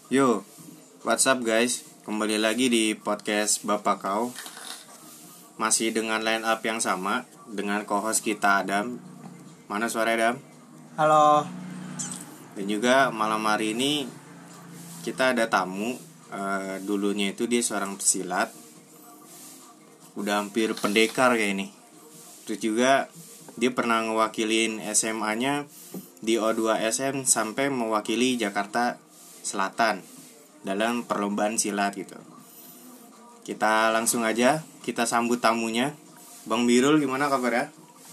Yo, what's up guys? Kembali lagi di podcast Bapak Kau. Masih dengan line up yang sama, dengan co-host kita Adam. Mana suara Adam? Halo. Dan juga malam hari ini kita ada tamu. Dulunya itu dia seorang pesilat. Udah hampir pendekar kayak ini. Terus juga dia pernah ngewakilin SMA-nya di O2SM sampai mewakili Jakarta Selatan dalam perlombaan silat gitu. Kita langsung aja kita sambut tamunya. Bang Birul, gimana kabarnya?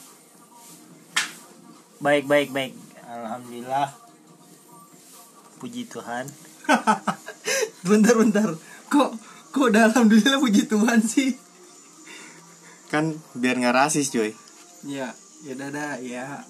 Baik. Alhamdulillah. Puji Tuhan. Bentar. Kok udah alhamdulillah puji Tuhan sih? Kan biar nggak rasis cuy. Ya dah ya.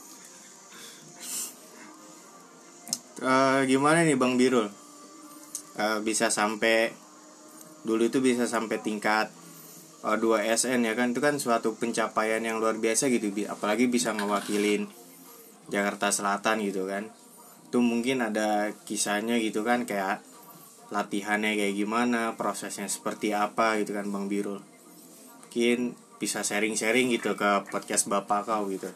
Gimana nih Bang Birul? Bisa sampai dulu itu bisa sampai tingkat 2SN ya kan, itu kan suatu pencapaian yang luar biasa gitu, apalagi bisa ngewakilin Jakarta Selatan gitu kan. Itu mungkin ada kisahnya gitu kan, kayak latihannya kayak gimana, prosesnya seperti apa gitu kan Bang Birul. Mungkin bisa sharing-sharing gitu ke podcast Bapak Kau gitu.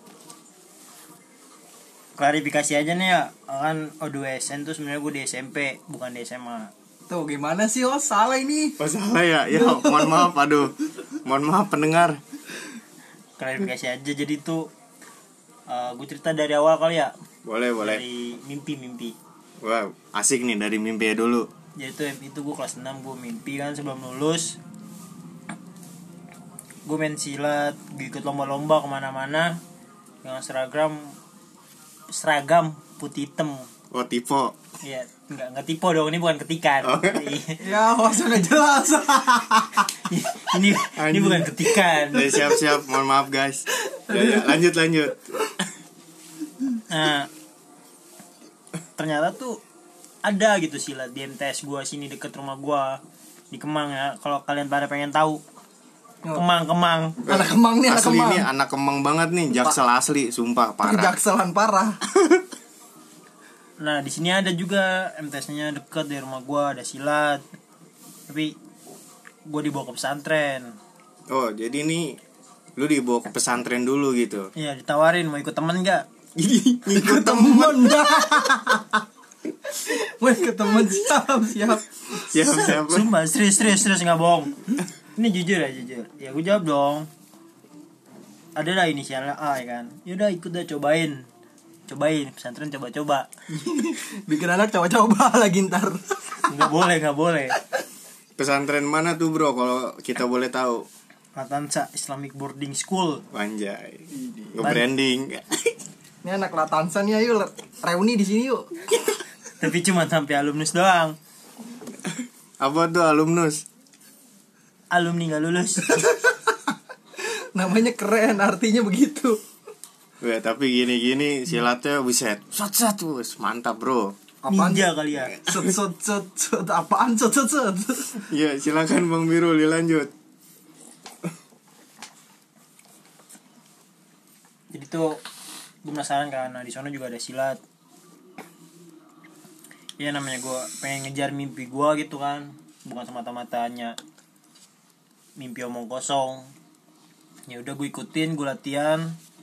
Klarifikasi aja nih ya, kan O2SN tuh sebenarnya gue di SMP, bukan di SMA. Tuh gimana sih? Oh salah ini. Oh salah ya? Ya mohon maaf, aduh. Mohon maaf pendengar. Klarifikasi aja, jadi tuh gue cerita dari awal kali ya. Boleh. Dari mimpi. Wow, asik nih dari mimpi dulu. Jadi itu gue kelas 6, gue mimpi kan sebelum lulus. Gue main silat, gue ikut lomba-lomba kemana-mana dengan seragam putih hitam. Oh tipe. Iya, enggak tipe dong, ini bukan ketikan. Oh. Ya maksudnya jelas. ini bukan ketikan. Ya, siap, mohon maaf guys. Ya, lanjut. Nah, ternyata tuh ada gitu silat di MTS gua sini deket rumah gua di Kemang ya. Kalau kalian pada pengen tahu, Kemang. Anak Kemang nih, anak Asli Kemang. nih, anak Kemang banget nih, Jaksel asli, sumpah parah. Jakselan parah. Nah, di sini ada juga MTS-nya deket dari rumah gua, ada silat. Tapi gua dibawa ke pesantren. Oh, jadi nih lu dibawa ke pesantren dulu gitu. Iya, ditawarin mau ikut temen enggak? Ikut temen. Mau ikut temen siap. Siap. Sumpah, serius nggak bohong. Ini jujur. Ya gue jawab dong. Ada lah inisialnya A ya kan. Yaudah ikut dah, cobain pesantren, coba. Bikin anak coba-coba lagi ntar. Nggak boleh. Pesantren mana tuh bro, kalau kita boleh tahu? Latansa Islamic Boarding School. Anjay. Nge-branding. Ini anak Latansa nih, ayo reuni di sini yuk. Tapi cuma sampai alumnus doang. Apa tuh alumnus? Alumni nggak lulus. Namanya keren, artinya begitu. Wah, tapi gini silatnya buset. Sat tuh, mantap bro. Apaan? Ninja kali ya. Set. Apaan set. Iya, silakan Bang Birul dilanjut. Jadi tuh gue penasaran kan, nah di sana juga ada silat. Ya namanya gue pengen ngejar mimpi gue gitu kan, bukan semata-matanya mimpi omong kosong. Ya udah gue ikutin, gue latihan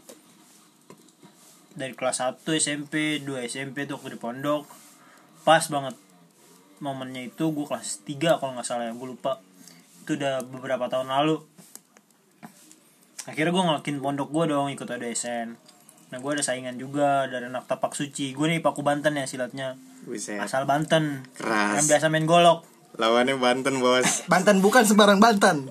dari kelas 1 SMP, 2 SMP tuh waktu di pondok. Pas banget momennya itu gue kelas 3 kalau nggak salah ya, gue lupa. Itu udah beberapa tahun lalu. Akhirnya gue ngelakin pondok gue dong, ikut ADSN. Nah gue ada saingan juga dari anak Tapak Suci. Gue nih Paku Banten ya silatnya. Buset. Asal Banten. Keras. Yang biasa main golok. Lawannya Banten bos. Banten bukan sembarang Banten.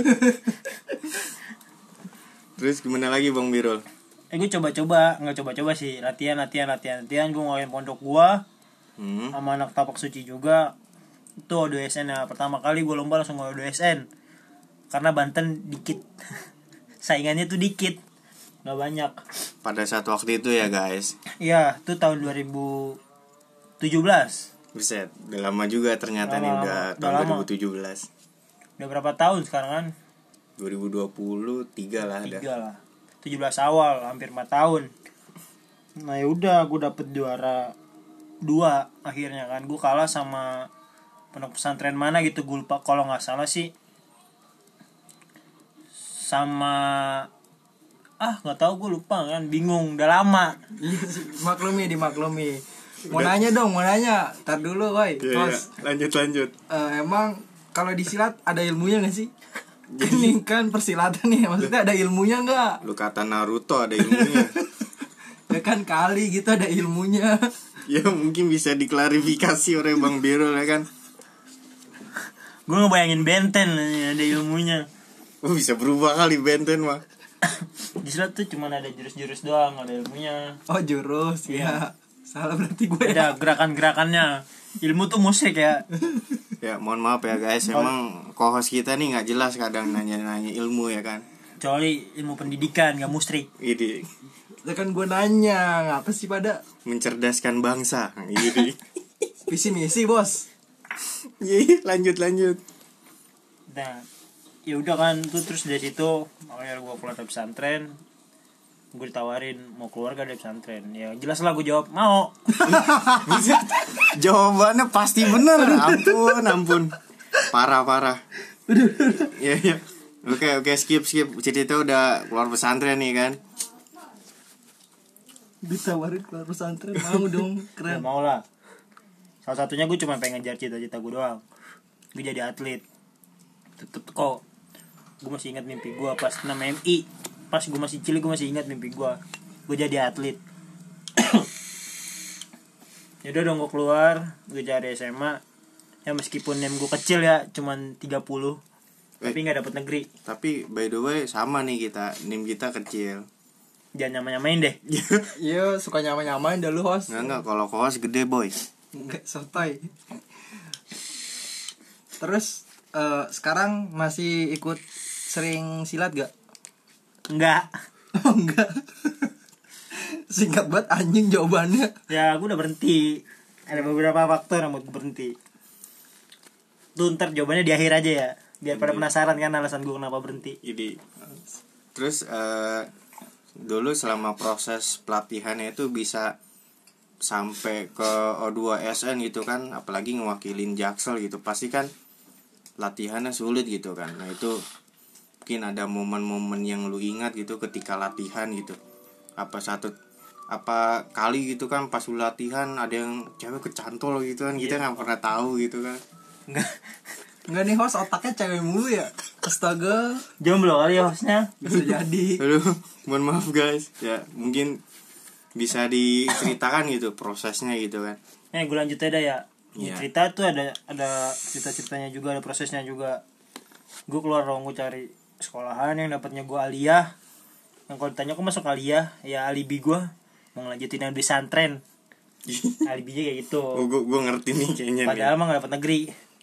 Terus gimana lagi Bang Birul? Gue coba-coba, nggak coba-coba sih, latihan. Gue ngelakuin pondok gue sama anak Tapak Suci juga. Itu O2SN ya. Pertama kali gue lomba langsung O2SN. Karena Banten dikit. Saingannya tuh dikit, nggak banyak. Pada saat waktu itu ya guys. Iya, itu tahun 2017. Buset, udah lama juga ternyata nih, udah tahun 2017. Udah berapa tahun sekarang kan? 2023 lah ada. 3 lah. 17 awal, hampir 4 tahun. Nah ya udah, gue dapet juara 2 akhirnya kan. Gue kalah sama pondok pesantren mana gitu, gue lupa, kalau nggak salah sih sama nggak tahu, gue lupa kan, bingung udah lama. Iya sih, dimaklumi. Mau nanya dong, Ntar dulu, woi. Bos. Lanjut. Emang kalau di silat ada ilmunya nggak sih? Ini kan persilatan nih, maksudnya ada ilmunya nggak? Lu kata Naruto ada ilmunya. Ya kan kali gitu ada ilmunya. Ya mungkin bisa diklarifikasi oleh Bang Birul ya kan. Gue ngebayangin benten ada ilmunya. Bisa berubah kali benten mah. Di silat tuh cuma ada jurus-jurus doang, ada ilmunya. Oh jurus ya. Salah berarti gue Ada gerakan-gerakannya. Ilmu tuh musik ya. Ya mohon maaf ya guys, emang co-host kita nih nggak jelas kadang nanya-nanya ilmu ya kan. Kecuali ilmu pendidikan, gak musrik. Ini Ya kan gue nanya, ngapa sih pada mencerdaskan bangsa. Ini. visi misi bos. Lanjut. Nah, ya udah kan tuh, terus dari situ makanya gue keluar dari pesantren. Gue ditawarin mau keluar gak dari pesantren. Ya jelas lah gue jawab mau. Jawabannya pasti bener. Ampun. Parah. Iya. Oke, skip. Cerita udah keluar pesantren nih kan. Ditawarin keluar pesantren, mau dong, Ya, keren. mau lah. Salah satunya gue cuma pengen ngejar cita-cita gue doang. Gue jadi atlet. Tetep kok gue masih ingat mimpi gue pas 6 MI. Pas gue masih cilik, gue masih ingat mimpi gue jadi atlet. Yaudah dong, gue keluar, gue cari SMA. Ya meskipun NIM gue kecil ya, cuman 30, tapi gak dapet negeri. Tapi by the way sama nih kita, NIM kita kecil. Jangan nyamain deh. Iya, suka nyamain dah lu host. Enggak, kalau host gede boy. Enggak, sotoy. Terus sekarang masih ikut sering silat gak? Enggak. Oh enggak. Singkat banget anjing jawabannya. Ya gue udah berhenti. Ada beberapa faktor yang buat gue berhenti. Tuh ntar jawabannya di akhir aja ya, biar pada penasaran kan alasan gue kenapa berhenti. Jadi terus dulu selama proses pelatihannya itu bisa sampai ke O2 SN gitu kan, apalagi ngewakilin Jaksel gitu, pasti kan latihannya sulit gitu kan. Nah itu mungkin ada momen-momen yang lu ingat gitu ketika latihan gitu. Apa kali gitu kan pas lu latihan ada yang cewek kecantol gitu kan, kita nggak pernah tahu gitu kan. Enggak nih host, otaknya cewek mulu ya. Astaga. Jomblo kali ya hostnya. Bisa jadi. Aduh, mohon maaf guys. Ya mungkin bisa diceritakan gitu prosesnya gitu kan. Gue lanjut aja ya. Iya. Cerita tuh ada cerita-ceritanya juga, ada prosesnya juga. Gue keluar dong, gue cari sekolahan yang dapatnya gue aliyah. Yang kalau ditanya aku masuk aliyah, ya alibi gue mau ngelanjutin yang di pesantren. Alibinya kayak gitu. Gue ngerti nih kayaknya. Padahal mah gak dapet negeri.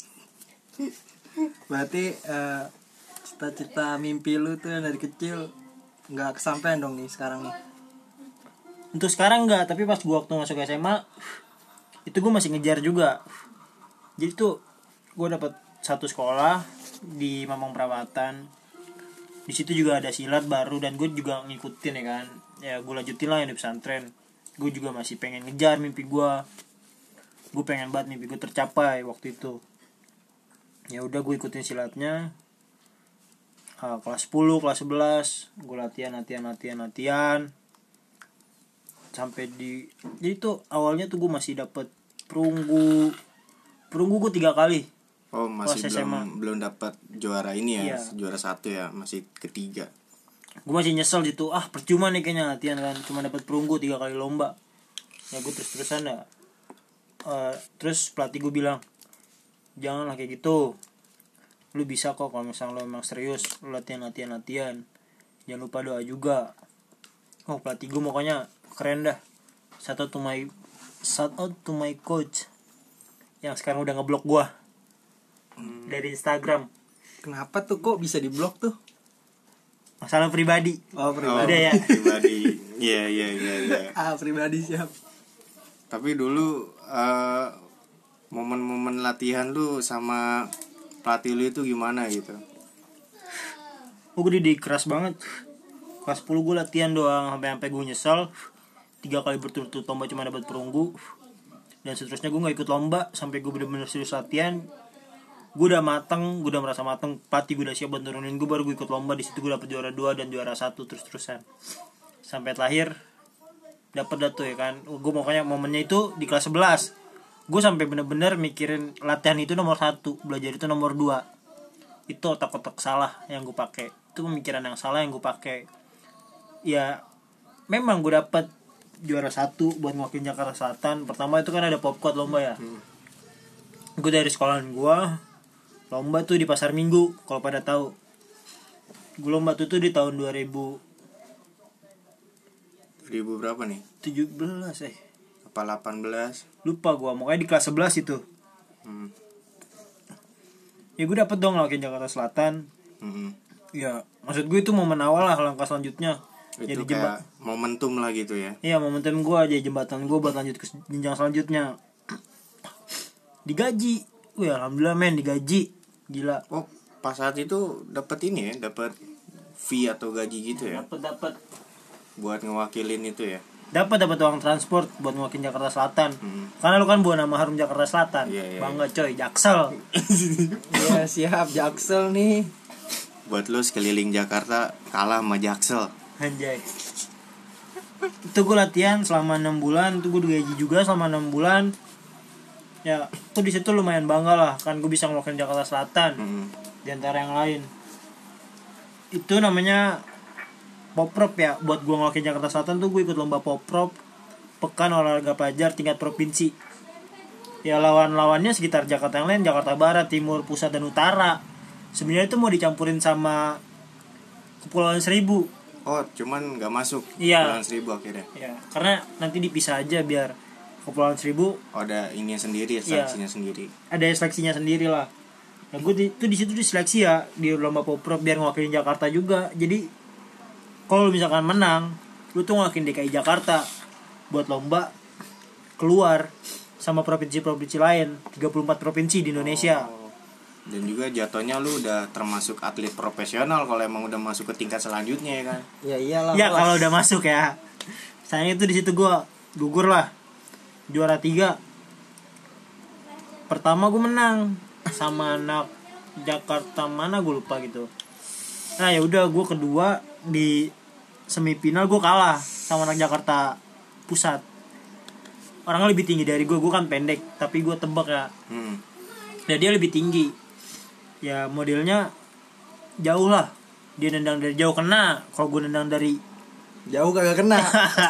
Berarti cita-cita mimpi lu tuh dari kecil nggak kesampaian dong nih sekarang nih. Untuk sekarang enggak, tapi pas gue waktu masuk SMA itu gue masih ngejar juga. Jadi tuh gue dapet satu sekolah di Mamang Perawatan. Di situ juga ada silat baru dan gue juga ngikutin ya kan. Ya gue lanjutin lah yang di pesantren. Gue juga masih pengen ngejar mimpi gue. Gue pengen banget mimpi gue tercapai waktu itu. Ya udah gue ikutin silatnya. Kelas 10, kelas 11 gue latihan. Sampai jadi tuh awalnya tuh gue masih dapet perunggu gue 3 kali. Oh masih SMA. belum dapat juara ini ya. Iya. Juara 1 ya, masih ketiga. Gue masih nyesel gitu, percuma nih kayaknya latihan kan, cuma dapat perunggu 3 kali lomba. Ya gue terus-terusan ya. Terus pelatih gue bilang, janganlah kayak gitu, lu bisa kok kalau misalnya lu emang serius, lu latihan. Jangan lupa doa juga. Pelatih gue pokoknya keren dah. Shout out to my coach yang sekarang udah ngeblok gue dari Instagram. Kenapa tuh kok bisa diblok tuh? Masalah pribadi. Oh Udah pribadi. ya. Pribadi. Iya. Pribadi siap. Tapi dulu momen-momen latihan lu sama pelatih lu itu gimana gitu? Gue didik keras banget. Kelas 10 gue latihan doang sampai gue nyesel. 3 kali berturut-turut lomba cuma dapat perunggu. dan seterusnya. Gue nggak ikut lomba sampai gue bener-bener serius latihan. Gue udah mateng, gue udah merasa mateng, pelatih gue udah siap buat nurunin gue, baru gue ikut lomba. Di situ gue dapet juara 2 dan juara 1 terus-terusan sampai terakhir dapet dah tuh ya kan. Gue pokoknya momennya itu di kelas 11 gue sampai bener-bener mikirin latihan itu nomor 1, belajar itu nomor 2. Itu otak-otak salah yang gue pakai, itu pemikiran yang salah yang gue pakai. Ya memang gue dapet juara 1 buat ngewakilin Jakarta Selatan. Pertama itu kan ada popcode lomba ya. Gue dari sekolahan gue lomba tuh di Pasar Minggu, kalau pada tahu. Gue lomba tuh di tahun 2000 berapa nih? 17 apa 18? lupa gue, makanya di kelas 11 itu. Ya gue dapet dong ngewakilin Jakarta Selatan. Ya maksud gue itu momen awal lah, langkah selanjutnya itu jadi kayak momentum lah gitu ya. Iya, momentum gue, jadi jembatan gue buat lanjut ke jenjang selanjutnya. Digaji, alhamdulillah men, digaji, gila. Oh pas saat itu dapat ini ya, dapat fee atau gaji gitu ya? Dapat buat ngewakilin itu ya. Dapat uang transport buat ngewakilin Jakarta Selatan. Karena lu kan bawa nama harum Jakarta Selatan. Iya. Bangga coy, Jaksel. Iya siap, Jaksel nih. Buat lu sekeliling Jakarta kalah sama Jaksel. Anjay. Itu gue latihan selama 6 bulan, itu gue digaji juga selama 6 bulan. Ya, tuh di situ lumayan bangga lah, kan gue bisa ngewakilin Jakarta Selatan di antara yang lain. Itu namanya Poprov ya, buat gue ngewakilin Jakarta Selatan tuh gue ikut lomba Poprov, Pekan Olahraga Pelajar tingkat provinsi. Ya lawan-lawannya sekitar Jakarta yang lain, Jakarta Barat, Timur, Pusat, dan Utara. Sebenarnya itu mau dicampurin sama Kepulauan Seribu. Oh, cuman nggak masuk Iya. Kepulauan Seribu akhirnya. Ya, karena nanti dipisah aja biar Kepulauan Seribu. Oh, ada ininya sendiri, seleksinya sendiri. Ada seleksinya sendiri lah. Nah, gue di situ diseleksi ya di lomba Poprov biar ngewakilin Jakarta juga. Jadi kalau misalkan menang, lu tuh ngewakilin DKI Jakarta buat lomba keluar sama provinsi-provinsi lain, 34 provinsi di Indonesia. Dan juga jatuhnya lu udah termasuk atlet profesional kalau emang udah masuk ke tingkat selanjutnya ya kan. Ya iyalah. Ya kalau udah masuk ya. Sayangnya itu di situ gue gugur lah. Juara 3. Pertama gue menang sama anak Jakarta mana gue lupa gitu. Nah ya udah, gue kedua di semifinal gue kalah sama anak Jakarta Pusat. Orangnya lebih tinggi dari gue kan pendek, tapi gue tebak ya. Dan dia lebih tinggi. Ya modelnya jauh lah. Dia nendang dari jauh kena, kalau gue nendang dari jauh kagak kena.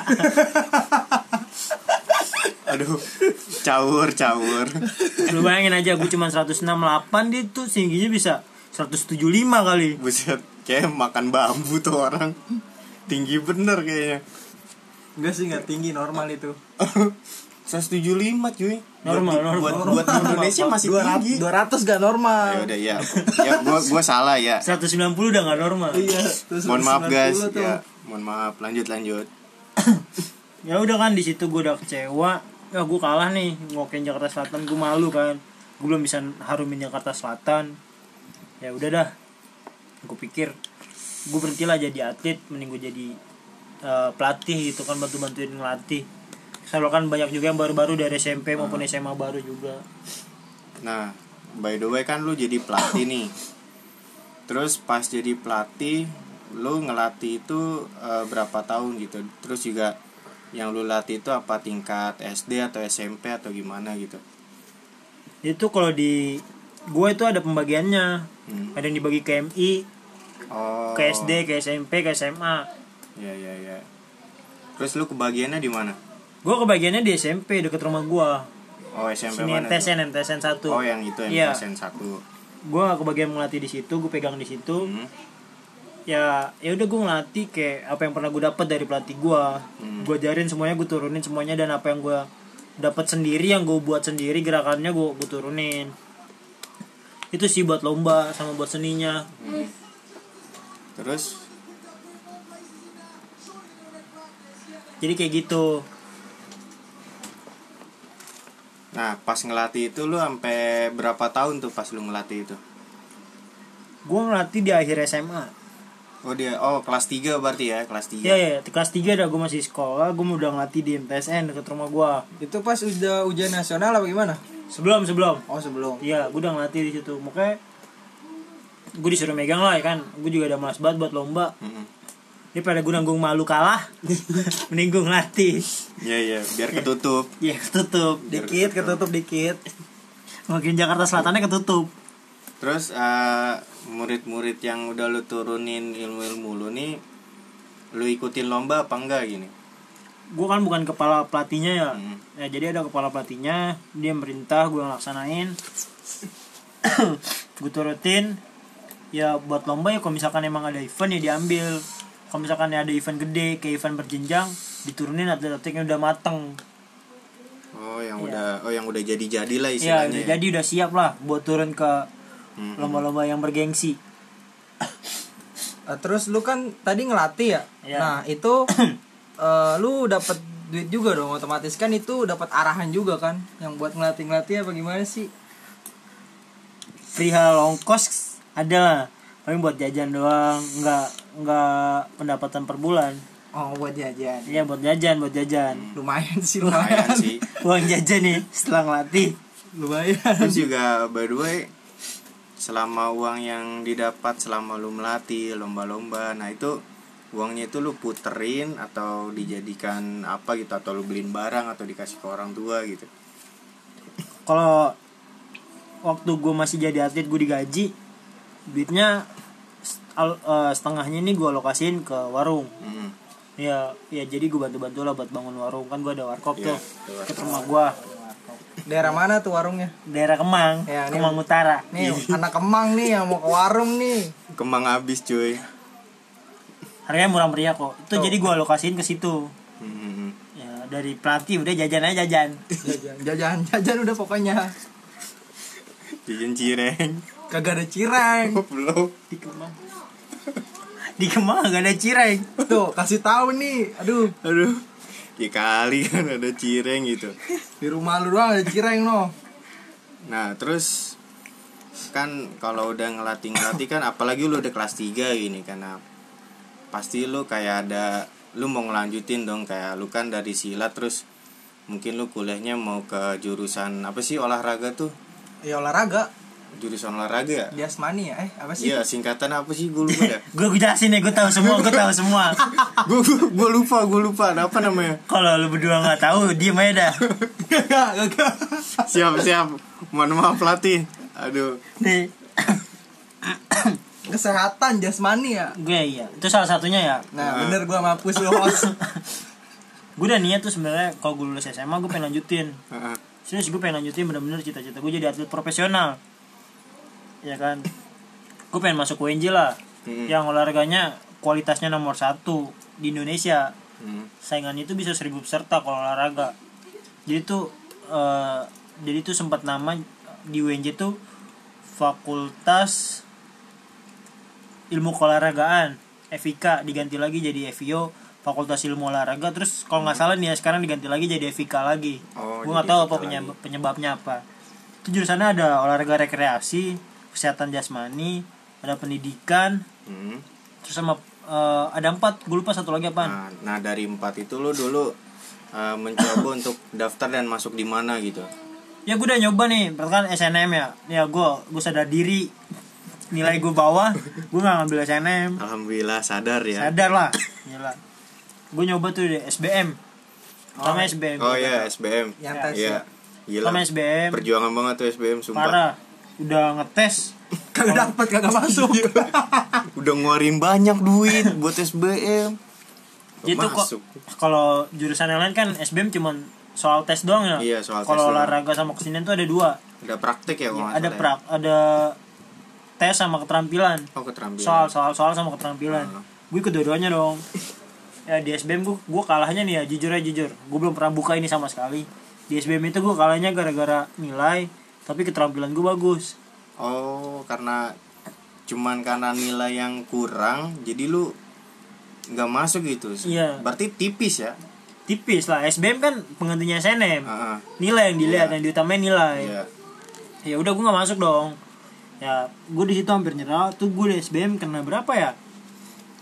Aduh, caur. Lu bayangin aja, gue cuma 168, dia tuh tingginya bisa 175 kali. Buset, kayak makan bambu tuh orang. Tinggi bener kayaknya. Enggak sih, enggak tinggi, normal itu. 175 cuy. Normal. Buat Indonesia masih 200, tinggi. 200 gak normal. Ya udah ya. Ya gua salah ya. 190 udah gak normal. Iya. Mohon maaf guys. Tuh. Ya, mohon maaf. Lanjut. Ya udah kan, di situ gue udah kecewa. Ya gue kalah nih ngewakilin Jakarta Selatan, gue malu kan. Gue belum bisa harumin Jakarta Selatan. Ya udah dah. Gue pikir gue berhentilah jadi atlet, mending gue jadi pelatih gitu kan, bantu-bantuin ngelatih. Soalnya kan banyak juga yang baru-baru dari SMP maupun SMA baru juga. Nah, by the way kan lu jadi pelatih nih. Terus pas jadi pelatih, lu ngelatih itu berapa tahun gitu? Terus juga yang lu latih itu apa tingkat SD atau SMP atau gimana gitu? Itu kalau di gue itu ada pembagiannya. Ada yang dibagi ke MI, ke SD, ke SMP, ke SMA. Ya. Terus lu kebagiannya di mana? Gue kebagiannya di SMP deket rumah gue. Oh, SMP Sini mana? MTSN 1. Oh, yang itu Iya. MTSN 1. Gue kebagian melatih di situ, gue pegang di situ. Ya udah gue ngelatih kayak apa yang pernah gue dapat dari pelatih gue. Gue ajarin semuanya, gue turunin semuanya, dan apa yang gue dapat sendiri, yang gue buat sendiri gerakannya gue turunin. Itu sih buat lomba sama buat seninya. Terus jadi kayak gitu. nah, pas ngelatih itu lu sampai berapa tahun tuh pas lu ngelatih itu? Gue ngelatih di akhir SMA. Oh dia, kelas 3 berarti ya, kelas 3. Iya, kelas 3 dah gue masih sekolah, gue udah ngelatih di MTSN dekat rumah gue. Itu pas udah ujian nasional apa gimana? Sebelum. Oh, sebelum. Iya, gue udah ngelatih di situ. Makanya gue disuruh megang lah ya kan. Gue juga udah malas banget buat lomba. Ini pada gue nanggung malu kalah, mending gue ngelatih. Iya, biar ketutup. Iya, ketutup dikit. Makin Jakarta Selatannya ketutup. Terus murid-murid yang udah lu turunin ilmu-ilmu lu nih, lu ikutin lomba apa enggak gini? Gue kan bukan kepala pelatihnya ya. Ya jadi ada kepala pelatihnya, dia merintah, gue laksanain. Gue turutin. Ya buat lomba ya, kalau misalkan emang ada event ya diambil. Kalau misalkan ada event gede, kayak event berjenjang, diturunin atlet-atlet yang udah mateng. Yang udah jadi lah Iya, istilahnya. jadi udah siap lah buat turun ke lomba-lomba yang bergengsi. Terus lu kan tadi ngelatih ya. Iya. Nah, itu lu dapat duit juga dong, otomatis kan itu dapat arahan juga kan, yang buat ngelatih apa gimana sih? Perihal ongkos ada lah, paling buat jajan doang, nggak pendapatan per bulan. Oh, buat jajan. Iya, buat jajan. Lumayan Lumayan sih. Uang jajan nih setelah ngelatih. Lumayan. Terus juga by the way, selama uang yang didapat selama lu melatih lomba-lomba, nah itu uangnya itu lu puterin atau dijadikan apa gitu, atau lu beliin barang atau dikasih ke orang tua gitu? Kalau waktu gue masih jadi atlet, gue digaji, duitnya setengahnya ini gue alokasiin ke warung. Ya jadi gue bantu lah buat bangun warung, kan gue ada warkop tuh ke rumah gue. Daerah mana tuh warungnya? Daerah Kemang, ya, Kemang Utara. Nih anak Kemang nih yang mau ke warung nih. Kemang habis cuy. Harganya murah meriah kok. Itu jadi gue alokasiin ke situ. Ya dari pelatih udah jajan aja Jajan udah pokoknya. Jajan cireng. Kagak ada cireng. Belum. Di Kemang gak ada cireng. Tuh, kasih tahu nih. Aduh. Ya kali kan ada cireng gitu. Di rumah lu doang ada cireng no. Nah, terus kan kalau udah ngelatih kan, apalagi lu udah kelas 3 gini, karena pasti lu kayak lu mau ngelanjutin dong, kayak lu kan dari silat terus mungkin lu kuliahnya mau ke jurusan apa sih, olahraga tuh? Ya olahraga. Jurusan olahraga ya? Jasmani ya? Apa sih? Iya, singkatan apa sih? Gue lupa dah. Gue jelasin ya, gue tahu semua. Gue lupa. Ada apa namanya? Kalau lu berdua nggak tahu, diem aja dah. Gak. Siap. Mohon maaf pelatih. Aduh. Nih. Kesehatan jasmani ya? Gue iya. Itu salah satunya ya. Nah, bener gue mampus lu host. Gue udah niat tuh sebenarnya kalau gue lulus SMA gue pengen lanjutin. Serius gue pengen lanjutin bener-bener cita-cita gue jadi atlet profesional. Ya kan, gue pengen masuk UNJ lah, yang olahraganya kualitasnya nomor 1 di Indonesia. Saingannya itu bisa 1000 peserta kalau olahraga. Jadi tuh sempat nama di UNJ tuh Fakultas Ilmu Keolahragaan, FIK, diganti lagi jadi FIO, Fakultas Ilmu Olahraga. Terus kalau nggak salah nih ya, sekarang diganti lagi jadi FIK lagi. Gue nggak tahu apa penyebabnya apa. Itu jurusannya ada olahraga rekreasi, kesehatan jasmani, ada pendidikan, terus sama ada 4, gue lupa satu lagi apaan. Nah dari 4 itu lu dulu mencoba untuk daftar dan masuk di mana gitu? Ya gue udah nyoba nih, kan SNM ya gue sadar diri, nilai gue bawah, gue nggak ngambil SNM. Alhamdulillah sadar ya. Sadar lah, gila. Gue nyoba tuh di SBM, sama SBM. Oh iya SBM. Yang tes ya. Gila. Sama SBM. Perjuangan banget tuh SBM sumpah. Parah. Udah ngetes kagak masuk. Udah ngeluarin banyak duit buat SBM. Itu kok kalau jurusan yang lain kan SBM cuman soal tes doang ya. Iya, soal tes. Kalau olahraga sama kesenian tuh ada 2. Ada praktek ya, ada ada tes sama keterampilan. Oh, keterampilan. Soal sama keterampilan. Gue kedua-duanya dong. Ya di SBM gue kalahnya nih ya, jujur. Gue belum pernah buka ini sama sekali. Di SBM itu gue kalahnya gara-gara nilai, tapi keterampilan gue bagus. Oh, karena nilai yang kurang, jadi lu nggak masuk gitu. Iya. Berarti tipis ya? Tipis lah. SBM kan penggantinya SNM. Nilai yang dilihat, yang diutamain nilai. Iya. Ya udah gue nggak masuk dong. Ya gue di situ hampir nyerah. Tuh gue di SBM kena berapa ya?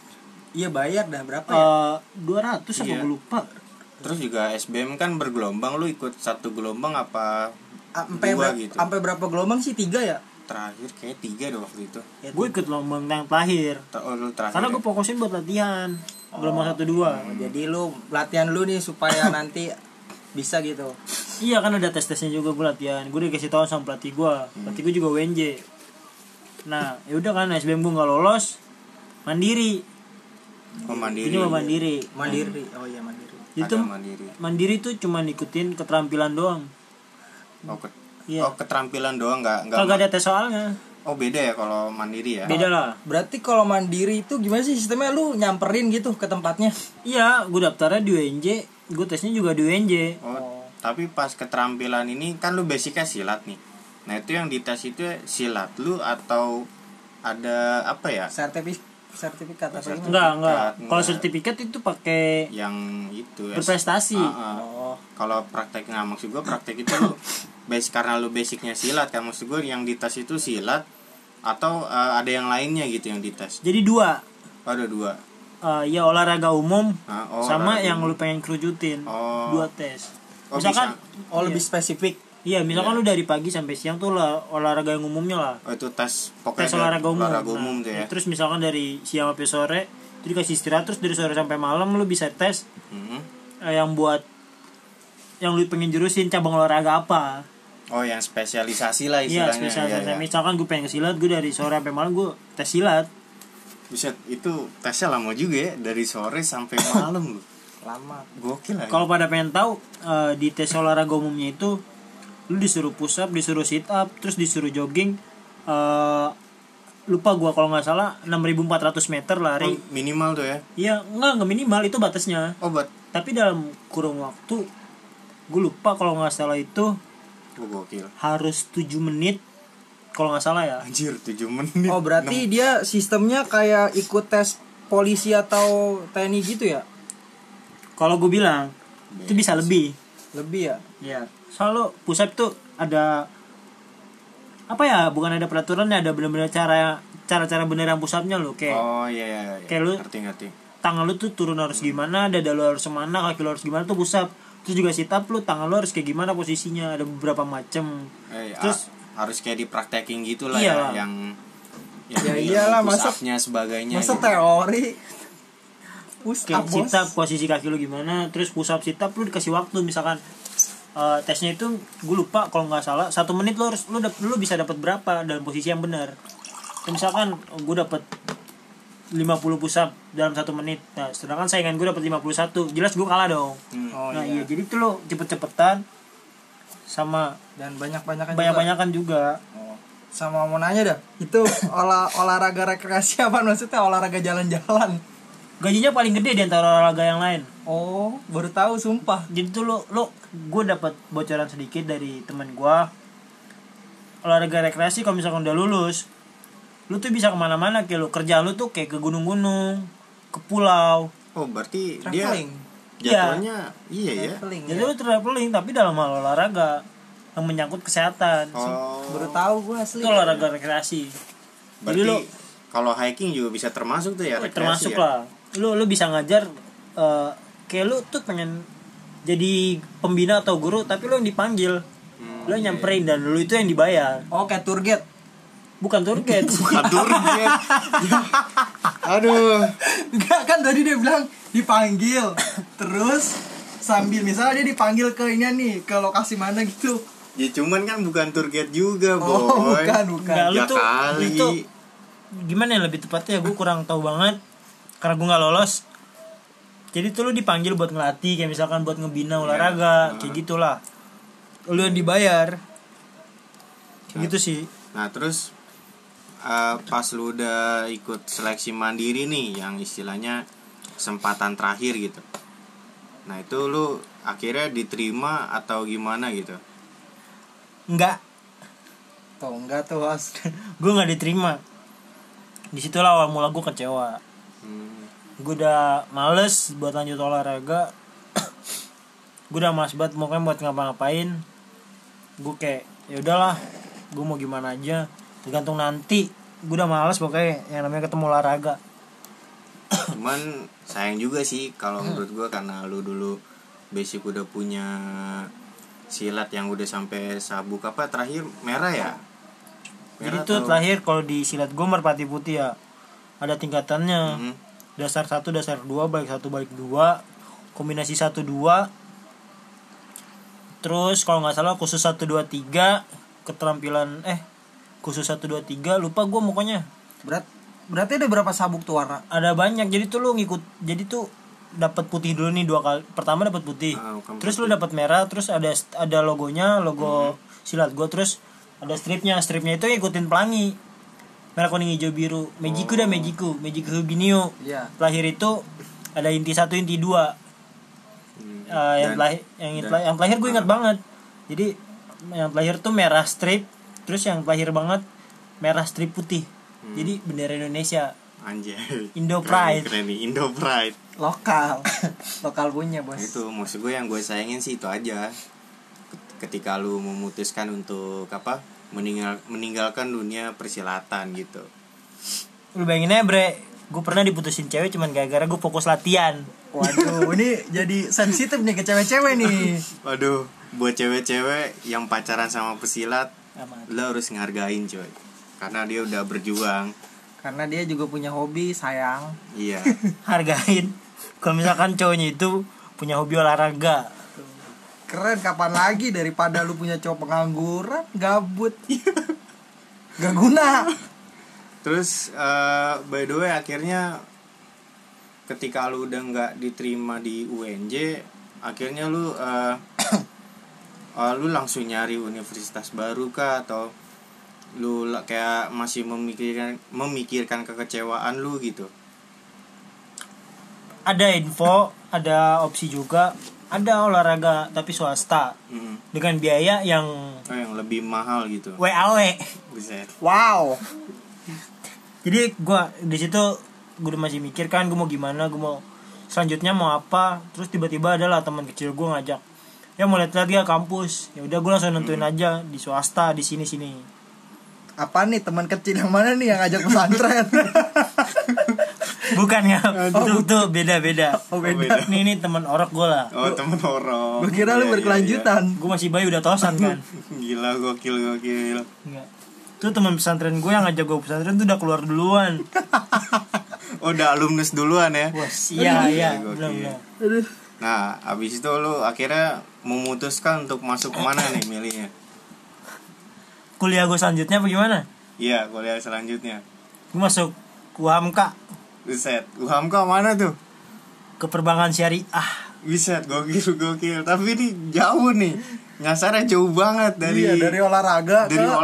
Iya bayar dah berapa ya? 200 apa Iya. gue lupa. Terus juga SBM kan bergelombang, lu ikut satu gelombang apa Sampai dua gitu? sampai berapa gelombang sih? 3 ya? Terakhir kayak 3 deh waktu itu. Gue ikut lombang yang terakhir. Oh, lu terakhir. Karena ya? gue fokusin buat latihan. Gelombang 1-2. Jadi lu latihan lu nih supaya nanti bisa gitu. Iya kan ada tes-tesnya juga gue latihan. Gue dikasih tahu sama pelatih gue. Pelatih gue juga WNJ. Nah, ya udah kan SBM gue nggak lolos, mandiri. Oh, mandiri. Ini mah mandiri. Mandiri. Oh iya mandiri. Itu Ada mandiri. mandiri tuh cuma ikutin keterampilan doang. Iya. Oh, keterampilan doang nggak Kagak ada tes soalnya. Oh, beda ya kalau mandiri ya? Beda lah. Berarti kalau mandiri itu gimana sih sistemnya, lu nyamperin gitu ke tempatnya? Iya, gue daftarnya di UNJ, gue tesnya juga di UNJ. Oh, tapi pas keterampilan ini kan lu basicnya silat nih. Nah, itu yang dites itu silat lu atau ada apa ya? Sertifikat atau gimana? Enggak. Enggak. Kalau sertifikat itu pakai Yang itu berprestasi. Oh. Kalau praktek nggak, maksud gue praktek itu lu karena lu basicnya silat kan, maksud gue yang dites itu silat atau ada yang lainnya gitu yang dites. Jadi 2. Oh, ada 2. Ya olahraga umum sama olahraga yang umum. lu pengen kerucutin. Oh. 2 tes. Oh, Misalkan Oh lebih spesifik. iya, misalkan lu dari pagi sampai siang tuh olahraga yang umumnya lah. Oh, itu tes Tes olahraga umum. Olahraga umum tuh ya. Terus misalkan dari siang sampai sore itu dikasih istirahat, terus dari sore sampai malam lu bisa tes Mhm. yang buat yang lu pengen jurusin cabang olahraga apa. Oh, yang spesialisasi lah Iya, istilahnya. spesialisasi. Iya, iya. Misalkan gue pengen ke silat, gue dari sore sampai malam gue tes silat. Buset, itu tesnya lama juga ya, dari sore sampai malam lu. Lama. Gokil lah. Kalau pada pengen tahu di tes olahraga umumnya itu lu disuruh push up, disuruh sit up, terus disuruh jogging. Lupa gua kalau nggak salah 6.400 meter lari. Oh, minimal tuh ya. Iya, nggak minimal itu batasnya. Oh, Tapi dalam kurun waktu gue lupa kalau nggak salah itu gokil. harus 7 menit kalau nggak salah ya. Anjir, 7 menit. Oh berarti dia sistemnya kayak ikut tes polisi atau TNI gitu ya? Kalau gue bilang itu bisa lebih. Lebih ya? Ya. Soalnya push up tuh ada apa ya? Bukan ada peraturannya, ada benar-benar cara bener yang push upnya lo kayak. Oh iya, iya, iya. Kayak lu ngerti. tangan lu tuh turun harus gimana, dada lu harus kemana, kaki lu harus gimana tuh push up. Terus juga sit up lu tangan lu harus kayak gimana posisinya, ada beberapa macem. Terus harus kayak dipraktekin gitu lah Iyalah. ya, yang Ya iyalah, masa sebagainya. masa gitu. teori push kayak up sit bos. up posisi kaki lu gimana, terus push up sit up lu dikasih waktu misalkan tesnya itu gue lupa kalau nggak salah 1 menit lu bisa dapat berapa dalam posisi yang benar. Misalkan gue dapat 50 push up dalam 1 menit. Nah, sedangkan saingan gue dapat 51. Jelas gue kalah dong. Oh, Nah, iya. iya. Jadi tuh lo cepet-cepetan sama Dan banyak-banyakan banyak-banyakan juga. Oh. Sama mau nanya dah, itu olahraga rekreasi apa maksudnya, olahraga jalan-jalan? Gajinya paling gede di antara olahraga yang lain. Oh, baru tahu sumpah. Jadi tuh gue dapat bocoran sedikit dari teman gue. Olahraga rekreasi kalau misalkan udah lulus, lu tuh bisa kemana-mana, kayak lu kerjaan lu tuh kayak ke gunung-gunung, ke pulau. Oh, berarti Traveling. dia jatuhnya iya ya. Traveling. Jadi Ya. lu traveling tapi dalam hal olahraga yang menyangkut kesehatan. Oh, Baru tahu gue asli. Itu olahraga rekreasi. berarti Jadi kalau hiking juga bisa termasuk tuh ya, rekreasi termasuk ya? lah. Lu bisa ngajar kayak lu tuh pengen jadi pembina atau guru tapi lu yang dipanggil. Lu yang nyamperin dan lu itu yang dibayar. Oh, kayak tour guide. Bukan tour guide. Aduh, dia. Aduh. Enggak kan tadi dia bilang dipanggil. Terus sambil misalnya dia dipanggil ke ini nih, ke lokasi mana gitu. Ya cuman kan bukan tour guide juga, boy. Oh, bukan. Enggak, lu Ya tuh kali. lu tuh gimana ya, lebih tepatnya gue kurang tahu banget karena gue nggak lolos. Jadi tuh lu dipanggil buat ngelatih kayak misalkan buat ngebina olahraga kayak gitulah. Lu yang dibayar. Kayak gitu sih. Nah, terus pas lu udah ikut seleksi mandiri nih yang istilahnya kesempatan terakhir gitu. Nah, itu lu akhirnya diterima atau gimana gitu? Enggak, Tuh, enggak tuh, Bos. gue nggak diterima. Disitulah awal mula gue kecewa. Gue udah males buat lanjut olahraga. Gue udah males banget pokoknya buat ngapa-ngapain. Gue kayak ya udahlah, gue mau gimana aja tergantung nanti. Gue udah males pokoknya yang namanya ketemu olahraga. Cuman sayang juga sih kalau menurut gue, karena lu dulu basic udah punya silat yang udah sampai sabuk apa terakhir merah ya. Jadi tuh terakhir kalau di silat gue merpati putih ya, ada tingkatannya. Dasar 1, dasar 2, balik 1, balik 2, kombinasi 1 2. Terus kalau nggak salah khusus 1 2 3, keterampilan khusus 1 2 3, lupa gue pokoknya. Berarti ada berapa sabuk tuh warna? Ada banyak. Jadi tuh lu ngikut, jadi tuh dapat putih dulu nih 2 kali. Pertama dapat putih. Terus lu dapat merah, terus ada logonya, logo silat gue, terus ada stripnya itu ngikutin pelangi, merah kuning hijau biru, Mejiku Hubinio. Terakhir itu ada inti 1 inti 2. Yang terakhir gue ingat banget. Jadi yang terakhir tuh merah strip, terus yang terakhir banget merah strip putih. Jadi bendera Indonesia. Anjay. Indo Pride. Keren nih, Indo Pride. Lokal punya, Bos. Itu maksud gue, yang gue sayangin sih itu aja. Ketika lu memutuskan untuk meninggalkan dunia persilatan gitu. Lu bayangin aja, Bre, gue pernah diputusin cewek cuman gara-gara gue fokus latihan. Waduh, ini jadi sensitif nih ke cewek-cewek nih. Waduh, buat cewek-cewek yang pacaran sama pesilat, lu harus ngehargain coy, karena dia udah berjuang. Karena dia juga punya hobi, sayang. Iya. Hargain. Kalau misalkan cowoknya itu punya hobi olahraga, keren. Kapan lagi daripada lu punya cowok pengangguran, gabut, gak guna. Terus by the way, akhirnya ketika lu udah nggak diterima di UNJ, akhirnya lu lu langsung nyari universitas baru kah, atau lu kayak masih memikirkan kekecewaan lu gitu? Ada info, ada opsi juga, ada olahraga tapi swasta dengan biaya yang lebih mahal gitu. WAW. Buset. Wow. Jadi gue di situ gue masih mikir kan, gue mau gimana, gue mau selanjutnya mau apa. Terus tiba-tiba adalah teman kecil gue ngajak, ya mau lihat dia kampus. Ya udah gue langsung nentuin aja di swasta di sini. Apa nih, teman kecil yang mana nih yang ngajak pesantren? Bukan ya, itu beda. Oh beda. Ini teman orok gue lah. Oh teman orok. Gue kira lu berkelanjutan. Gue masih bayi udah tosan kan. Gila, gokil. Enggak. Itu teman pesantren gue yang ngajak gue pesantren tuh udah keluar duluan. Oh, udah alumnus duluan ya? Bos, iya, belum. Nah, abis itu lu akhirnya memutuskan untuk masuk kemana nih milihnya? Kuliah gue selanjutnya bagaimana? Iya, kuliah selanjutnya. Gue masuk UHAMKA. Buset, UHAMKA mana tuh? Ke perbankan syariah. Buset, gokil. Tapi ini jauh nih. Nyasarnya jauh banget dari olahraga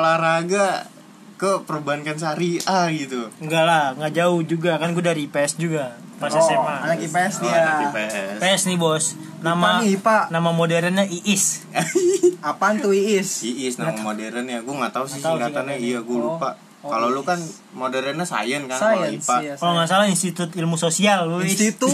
ke perbankan syariah gitu. Enggak lah, enggak jauh juga. Kan gue dari IPS juga pas SMA. Anak IPS dia. IPS nih, Bos. Nama modernnya IIS. Apaan tuh IIS? IIS nama modernnya. Gue enggak tahu sih singkatannya. Iya, gue lupa. Kalau lu kan modernnya sains kan, kalau IPA. Iya, kalau enggak salah Institut Ilmu Sosial, lu.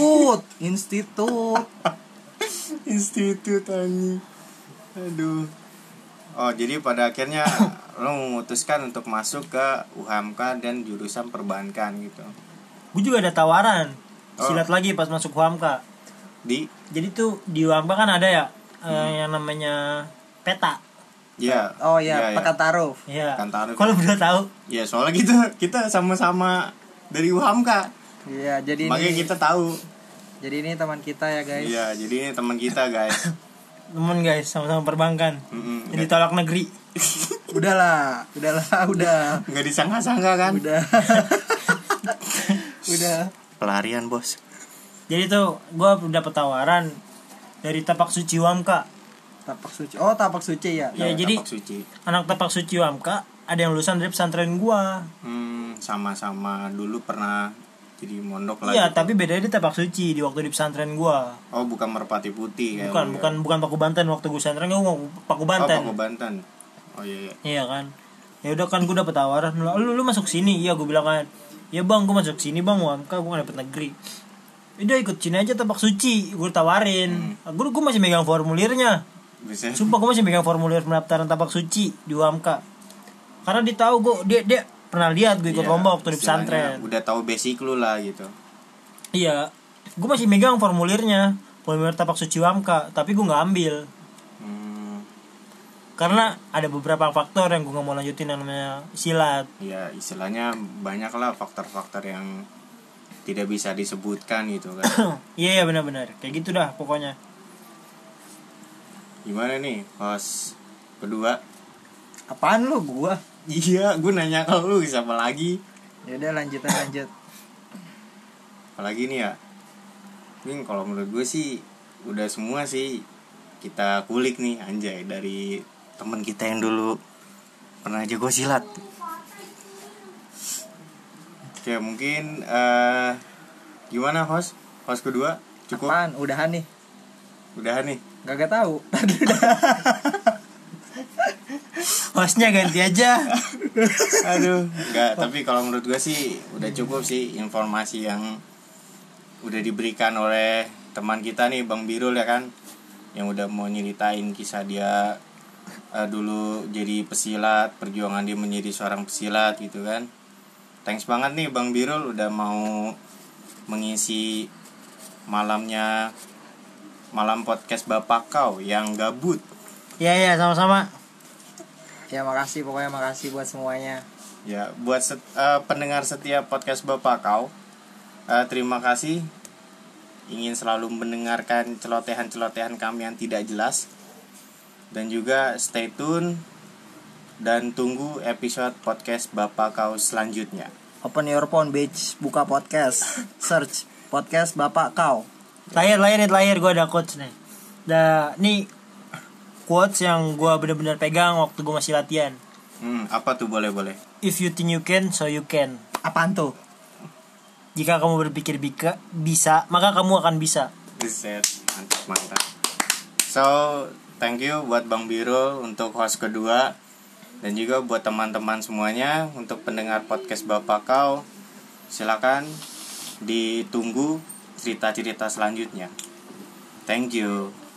Institut anjing. Aduh. Oh, jadi pada akhirnya lo memutuskan untuk masuk ke UHAMKA dan jurusan perbankan gitu. Gue juga ada tawaran silat lagi pas masuk UHAMKA. Jadi tuh di UHAMKA kan ada ya yang namanya peta. Iya. Oh iya, Pekan Taruf. Iya. Kalau udah tahu. Iya, soalnya kita sama-sama dari UHAMKA. Iya, jadi makanya kita tahu. Jadi ini teman kita ya, guys. Iya, jadi ini teman kita, guys. Temen guys, sama-sama perbankan. Jadi tolak negeri. Udahlah. Nggak disangka-sangka kan? Udah. Pelarian, Bos. Jadi tuh gue dapet tawaran dari Tapak Suci UHAMKA. Tapak Suci. Oh, Tapak Suci ya. Ya, jadi anak Tapak Suci UHAMKA ada yang lulusan dari pesantren gue. Sama-sama dulu pernah jadi mondok lah. Iya, gitu. tapi bedanya di Tapak Suci di waktu di pesantren gua. Oh, bukan Merpati Putih kayak. Bukan Paku Banten. Waktu gua pesantren gua Paku Banten. Oh, Paku Banten. Oh iya. Iya kan. Ya udah kan gua dapet tawaran, lu masuk sini. Iya, gua bilang kan. Ya Bang, gua masuk sini Bang, UHAMKA gua dapet negeri. Udah ikut sini aja Tapak Suci, gua tawarin. Gua masih megang formulirnya. Bisa. Sumpah gua masih megang formulir pendaftaran Tapak Suci di UHAMKA. Karena dia tahu gua dia pernah lihat gue ikut lomba waktu di pesantren. Udah tahu basic lu lah gitu. Iya, gue masih megang formulirnya, formulir tapak suci Wamka, tapi gue nggak ambil. Karena ada beberapa faktor yang gue nggak mau lanjutin yang namanya silat. Ya istilahnya banyak lah faktor-faktor yang tidak bisa disebutkan gitu kan. Iya benar-benar kayak gitu dah pokoknya. Gimana nih host kedua? Apaan lu gua? Iya, gue nanya ke lu siapa lagi? Ya udah lanjut. Apalagi nih ya? Ini kalau menurut gue sih udah semua sih kita kulik nih anjay dari teman kita yang dulu pernah jago silat. Oke mungkin gimana host kedua cukup? Apaan? Udahan nih? Gak tahu. Hostnya ganti aja. Aduh, enggak, tapi kalau menurut gue sih udah cukup sih informasi yang udah diberikan oleh teman kita nih Bang Birul ya kan, yang udah mau nyeritain kisah dia dulu jadi pesilat, perjuangan dia menjadi seorang pesilat gitu kan. Thanks banget nih Bang Birul udah mau mengisi malam podcast Bapak Kau yang gabut. Iya sama-sama. Ya makasih buat semuanya. Ya buat pendengar setiap podcast Bapak Kau, terima kasih ingin selalu mendengarkan celotehan-celotehan kami yang tidak jelas. Dan juga stay tune dan tunggu episode podcast Bapak Kau selanjutnya. Open your phone bitch, buka podcast, search podcast Bapak Kau. Lahir gue ada quotes nih. Nih quotes yang gue benar-benar pegang waktu gue masih latihan. Apa tuh boleh? If you think you can, so you can. Apaan tuh? Jika kamu berpikir bisa, maka kamu akan bisa. Reset, mantap. So, thank you buat Bang Birul untuk host kedua. Dan juga buat teman-teman semuanya untuk pendengar podcast Bapak Kau. Silakan ditunggu cerita-cerita selanjutnya. Thank you.